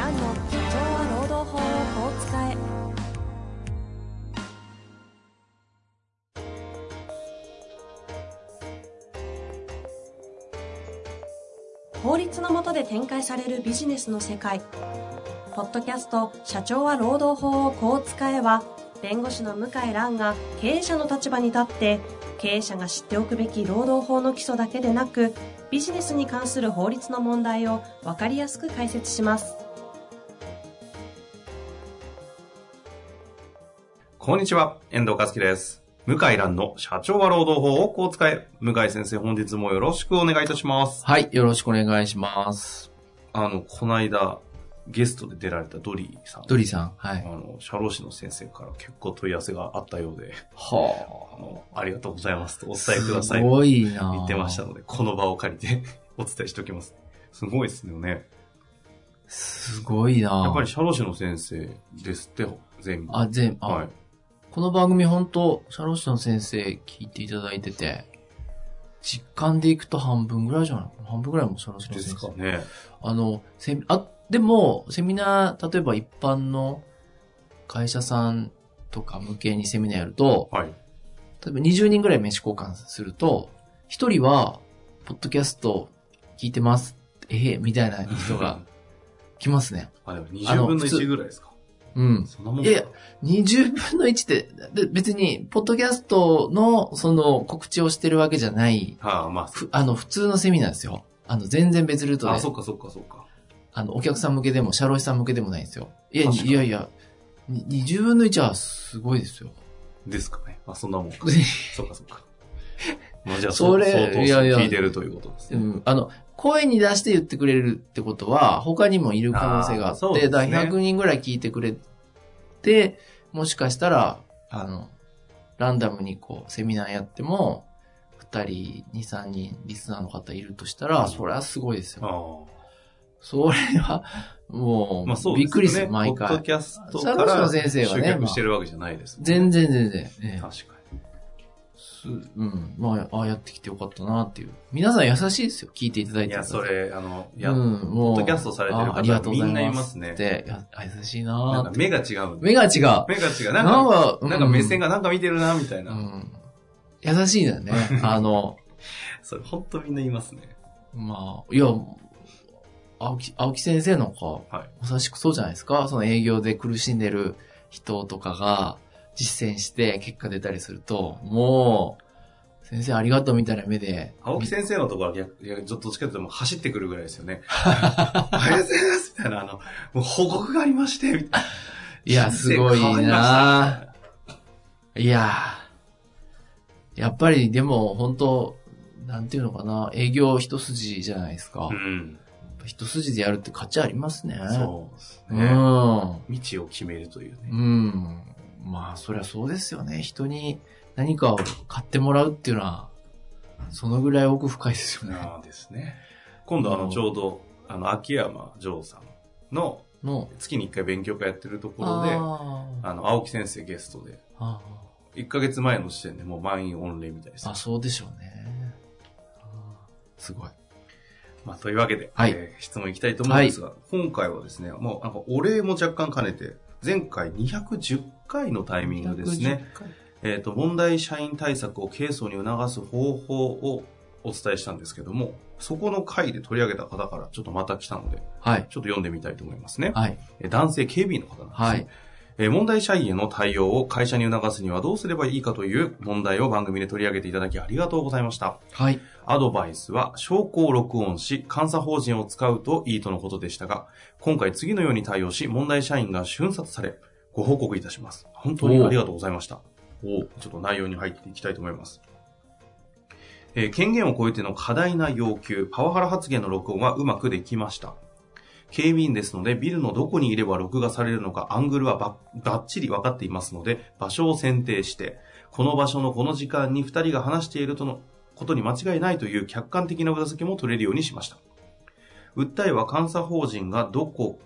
蘭の社長は労働法をこう使え。法律の下で展開されるビジネスの世界。ポッドキャスト社長は労働法をこう使えは、弁護士の向井蘭が経営者の立場に立って経営者が知っておくべき労働法の基礎だけでなく、ビジネスに関する法律の問題を分かりやすく解説します。 こんにちは、遠藤和樹です。向井蘭の社長は労働法をこう使え。向井先生、本日もよろしくお願いいたします。 はい、よろしくお願いします。 この間ゲストで出られたドリーさん。 ドリーさん、はい。 社労士の先生から結構問い合わせがあったようで、ありがとうございますとお伝えください。 すごいな。 言ってましたので、この場を借りてお伝えしておきます。すごいですよね。 すごいな。 やっぱり社労士の先生ですって、全部。 はい。この番組本当、社労士の先生聞いていただいてて、実感でいくと半分ぐらいじゃないかな。半分ぐらいも社労士の先生。 ですかね。 でも、セミナー、例えば一般の会社さんとか向けにセミナーやると、 はい。 例えば20人ぐらい名刺交換すると、1人は、ポッドキャスト聞いてます。みたいな人が来ますね。 でも20分の1ぐらいですか。 うん。 そんなもんいや、20分の1って、別に、ポッドキャストの、告知をしてるわけじゃない、普通のセミナーですよ。全然別ルートで。 そっか。 お客さん向けでも、社労士さん向けでもないんですよ。いや、20分の1はすごいですよ。 ですかね。そんなもんか。そっか。じゃあ、 それ、 相当聞いてるということですね。 声に出して言ってくれるってことは、他にもいる可能性があって、だから100人ぐらい聞いてくれて、もしかしたら、ランダムにセミナーやっても、2人、2、3人、リスナーの方いるとしたら、それはすごいですよ。それは、もう、びっくりする、毎回。 ポッドキャストから集客してるわけじゃないですもんね。 全然。 確かに。 やってきてよかったなっていう。皆さん優しいですよ、聞いていただいて。 いや、それ、ポッドキャストされてる方みんないますね。 優しいななんか目が違う。 目が違う。 なんか目線がなんか見てるな、みたいな。 優しいんだよね。 それ、ほんとみんな言いますね。 いや、青木先生なんか、優しくそうじゃないですか。その営業で苦しんでる人とかが、実践して結果出たりすると、もう、先生ありがとうみたいな目で。 青木先生のところはちょっとどっちかというと走ってくるぐらいですよね。ありがとうございますみたいな、もう報告がありまして、みたいな。 いや、すごいな。いや、やっぱりでも本当、なんていうのかな、営業一筋じゃないですか。一筋でやるって価値ありますね。 そうですね。道を決めるというね。 そりゃそうですよね。人に何かを買ってもらうっていうのは、そのぐらい奥深いですよね。 ですね。今度ちょうど、秋山城さんの、月に1回勉強会やってるところで、青木先生ゲストで、1ヶ月前の時点でもう満員御礼みたいです。 そうでしょうね。すごい。 というわけで、質問いきたいと思うんですが、今回はですね、もうなんかお礼も若干兼ねて、前回210回のタイミングですね。問題社員対策を経営層に促す方法をお伝えしたんですけども、そこの回で取り上げた方からちょっとまた来たので、ちょっと読んでみたいと思いますね。男性警備員の方なんですね。問題社員への対応を会社に促すにはどうすればいいかという問題を番組で取り上げていただきありがとうございました。アドバイスは証拠を録音し監査法人を使うといいとのことでしたが、今回次のように対応し問題社員が瞬殺されご報告いたします。本当にありがとうございました。ちょっと内容に入っていきたいと思います。権限を超えての過大な要求、パワハラ発言の録音はうまくできました。警備員ですのでビルのどこにいれば録画されるのかアングルはバッチリ分かっていますので、場所を選定してこの場所のこの時間に2人が話しているとのことに間違いないという客観的な裏付けも取れるようにしました。訴えは監査法人がどこ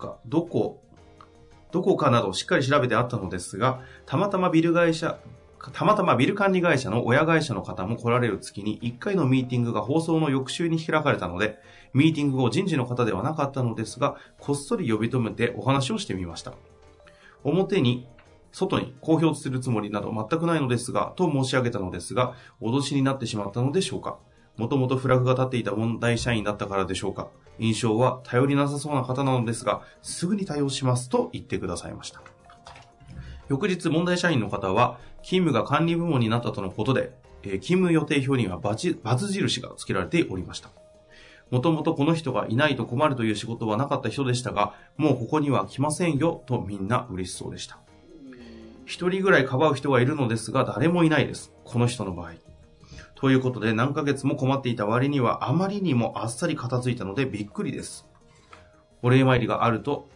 かなどしっかり調べてあったのですが、たまたまビル管理会社の親会社の方も来られる月に1回のミーティングが放送の翌週に開かれたので、 ミーティング後人事の方ではなかったのですが、こっそり呼び止めてお話をしてみました。外に公表するつもりなど全くないのですが、と申し上げたのですが、脅しになってしまったのでしょうか。もともとフラグが立っていた問題社員だったからでしょうか。印象は頼りなさそうな方なのですが、すぐに対応しますと言ってくださいました。翌日、問題社員の方は、勤務が管理部門になったとのことで、勤務予定表にはバツ印が付けられておりました。もともとこの人がいないと困るという仕事はなかった人でしたが、もうここには来ませんよとみんな嬉しそうでした。一人ぐらいかばう人がいるのですが、誰もいないです。この人の場合。ということで、何ヶ月も困っていた割にはあまりにもあっさり片付いたのでびっくりです。お礼参りがあると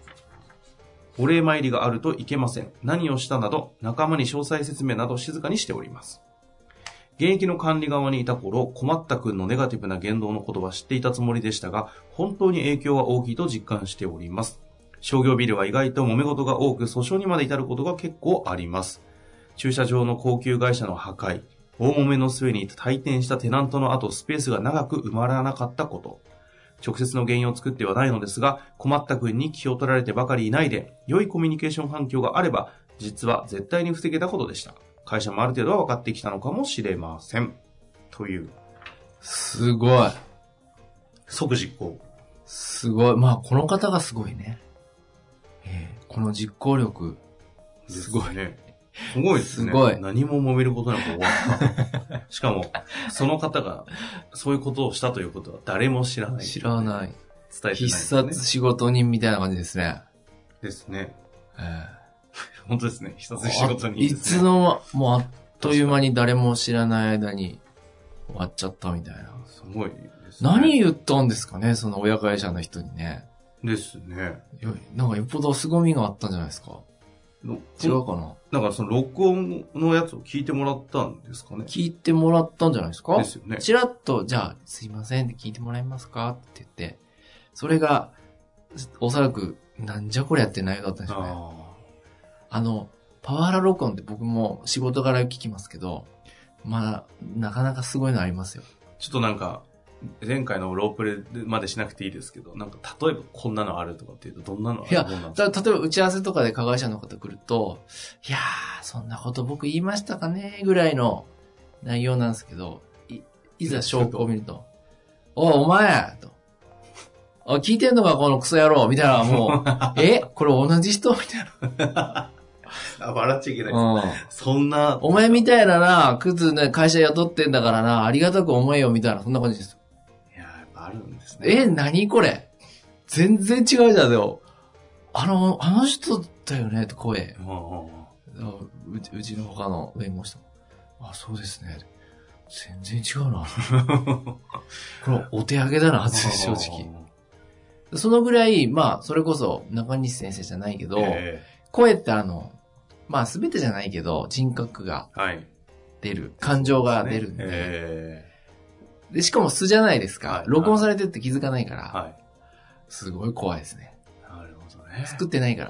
いけません。何をしたなど、仲間に詳細説明など静かにしております。現役の管理側にいた頃、困った君のネガティブな言動のことは知っていたつもりでしたが、本当に影響は大きいと実感しております。商業ビルは意外と揉め事が多く、訴訟にまで至ることが結構あります。駐車場の高級会社の破壊、大揉めの末に退店したテナントの後、スペースが長く埋まらなかったこと。直接の原因を作ってはないのですが、困った君に気を取られてばかりいないで、良いコミュニケーション環境があれば、実は絶対に防げたことでした。会社もある程度は分かってきたのかもしれません。という。 すごい。 即実行。 すごい。まあ、この方がすごいね。この実行力。すごいね。すごいですね。 すごい。 何も揉めることなく終わった。しかも、その方がそういうことをしたということは誰も知らない、ね。 知らない。 伝えてない、ね。 必殺仕事人みたいな感じですね。 ですね。本当ですね。必殺仕事人ですね。 いつの、もうあっという間に誰も知らない間に終わっちゃったみたいな。 すごいですね。 何言ったんですかね、その親会社の人にね。 ですね。 なんかよっぽど凄みがあったんじゃないですか。違うかな。 なんかその録音のやつを聞いてもらったんですかね。 聞いてもらったんじゃないですか。 ですよね。 ちらっと、じゃあ、すいませんって聞いてもらえますかって言って、それが、おそらく、なんじゃこりゃって内容だったんでしょうね。パワハラ録音って僕も仕事柄聞きますけど、まあ、なかなかすごいのありますよ。 ちょっとなんか、前回のロープレまでしなくていいですけど、なんか例えばこんなのあるとかっていうとどんなのある？ いや、例えば打ち合わせとかで加害者の方来ると、いやー、そんなこと僕言いましたかねぐらいの内容なんですけど、いざ証拠を見ると、お前と。聞いてんのかこのクソ野郎みたいな、もう、これ同じ人みたいな。 笑っちゃいけないですね。そんな。 お前みたいなな、クズね、会社雇ってんだからな、ありがたく思えよみたいな、そんな感じですよ。 いや、やっぱあるんですね。 何これ全然違うじゃん、よ。あの人だよね、と声。うちの他の弁護士と。あ、そうですね。全然違うな。これ、お手上げだな、正直。そのぐらい、まあ、それこそ中西先生じゃないけど、声ってまあ、すべてじゃないけど、人格が出る、感情が出るんで、で、しかも素じゃないですか。録音されてるって気づかないから、すごい怖いですね。 なるほどね。 作ってないから。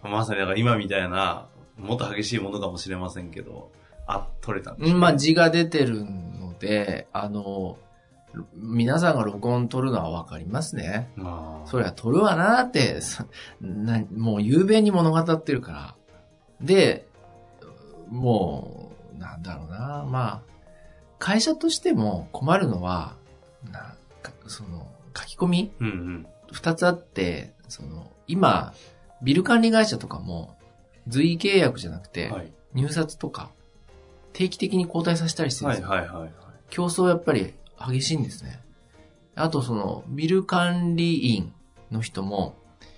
まさにだから今みたいな、もっと激しいものかもしれませんけど、取れたんですね。まあ、字が出てるので、皆さんが録音取るのはわかりますね。そりゃ取るわなーって、もう雄弁に物語ってるから。で、もう、なんだろうな、まあ、会社としても困るのは、その、書き込み、二つあって、今、ビル管理会社とかも、随意契約じゃなくて、入札とか、定期的に交代させたりしてるんですよ。競争やっぱり激しいんですね。あとビル管理員の人も、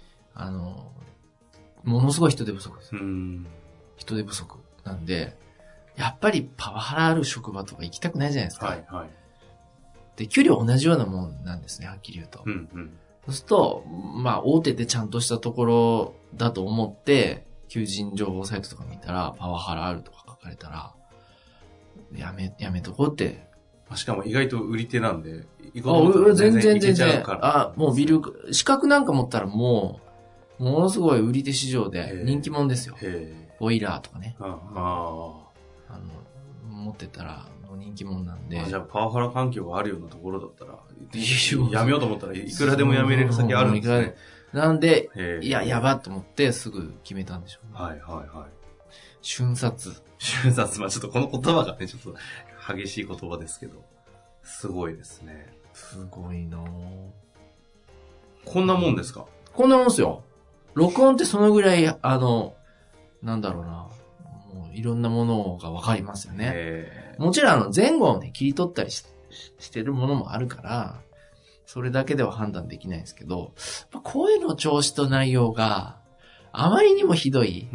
ものすごい人手不足です。人手不足なんで、やっぱりパワハラある職場とか行きたくないじゃないですか。で、給料同じようなもんなんですね、はっきり言うと。そうすると、まあ、大手でちゃんとしたところだと思って、求人情報サイトとか見たら、パワハラあるとか書かれたら、やめとこうって。 しかも意外と売り手なんで、 全然。もう資格なんか持ったらものすごい売り手市場で人気者ですよ。ボイラーとかね。持ってたら、 もう人気者なんで。 じゃあパワハラ環境があるようなところだったら、やめようと思ったらいくらでもやめれる先あるんですね。 なんで、いや、やばっと思ってすぐ決めたんでしょうね。 はいはいはい。 瞬殺。 瞬殺。まあちょっとこの言葉がね、ちょっと激しい言葉ですけど、すごいですね。 すごいなぁ。 こんなもんですか？ こんなもんですよ。録音ってそのぐらい、なんだろうな。もういろんなものがわかりますよね。もちろん前後をね、切り取ったりしてるものもあるから、それだけでは判断できないんですけど、声の調子と内容があまりにもひどい。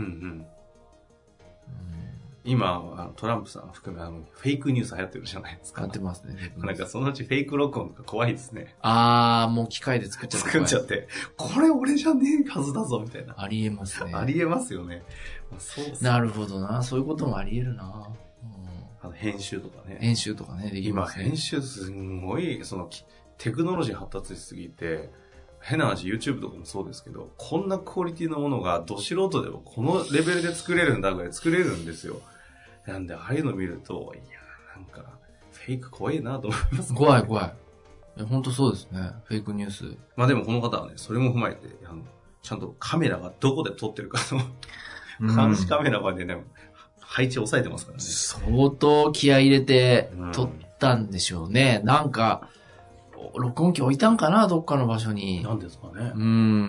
今、トランプさん含めフェイクニュース流行ってるじゃないですか。 流行ってますね。 なんかそのうちフェイク録音とか怖いですね。 もう機械で作っちゃって。 これ俺じゃねえはずだぞ、みたいな。 ありえますね。 ありえますよね。そうなるほどな。そういうこともあり得るな。 編集とかね。 編集とかね、できますね。 今編集すんごい、テクノロジー発達しすぎて、変な話、YouTube とかもそうですけど、こんなクオリティのものがど素人でもこのレベルで作れるんだぐらい作れるんですよ。なんで、ああいうの見ると、いや、なんか、フェイク怖いなと思います、ね。 怖い。本当そうですね。フェイクニュース。 まあでもこの方はね、それも踏まえて、ちゃんとカメラがどこで撮ってるかの、監視カメラまでね、配置を抑えてますからね。 相当気合い入れて撮ったんでしょうね。なんか、録音機置いたんかな、どっかの場所に。 なんですかね。す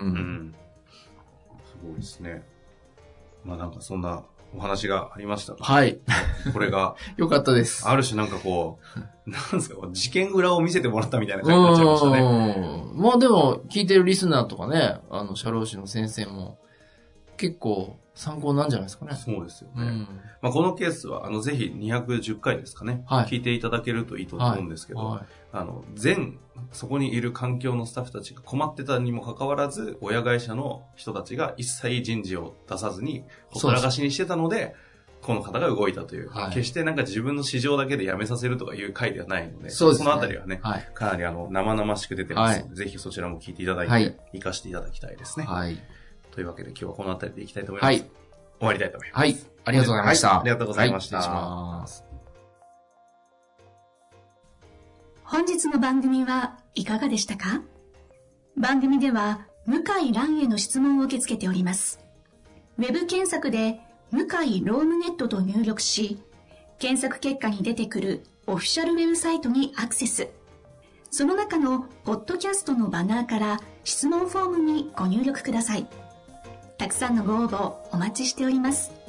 ごいですね。まあなんかそんなお話がありました。 はい。 これが。 よかったです。 ある種なんかこう、なんですか、事件裏を見せてもらったみたいな感じになっちゃいましたね。 まあでも、聞いてるリスナーとかね、社労士の先生も、結構参考なんじゃないですかね。 そうですよね。まあこのケースは、ぜひ210回ですかね、聞いていただけるといいと思うんですけど、そこにいる環境のスタッフたちが困ってたにもかかわらず、親会社の人たちが一切人事を出さずに、ほったらかしにしてたので、この方が動いたという、決してなんか自分の市場だけで辞めさせるとかいう回ではないので、そのあたりはね、かなり生々しく出てますので、ぜひそちらも聞いていただいて、活かしていただきたいですね。というわけで今日はこのあたりでいきたいと思います。終わりたいと思います。 ありがとうございました。 ありがとうございました。 失礼します。 本日の番組はいかがでしたか？番組では向井蘭への質問を受け付けております。ウェブ検索で向井ロームネットと入力し、検索結果に出てくるオフィシャルウェブサイトにアクセス。その中のポッドキャストのバナーから質問フォームにご入力ください。たくさんのご応募お待ちしております。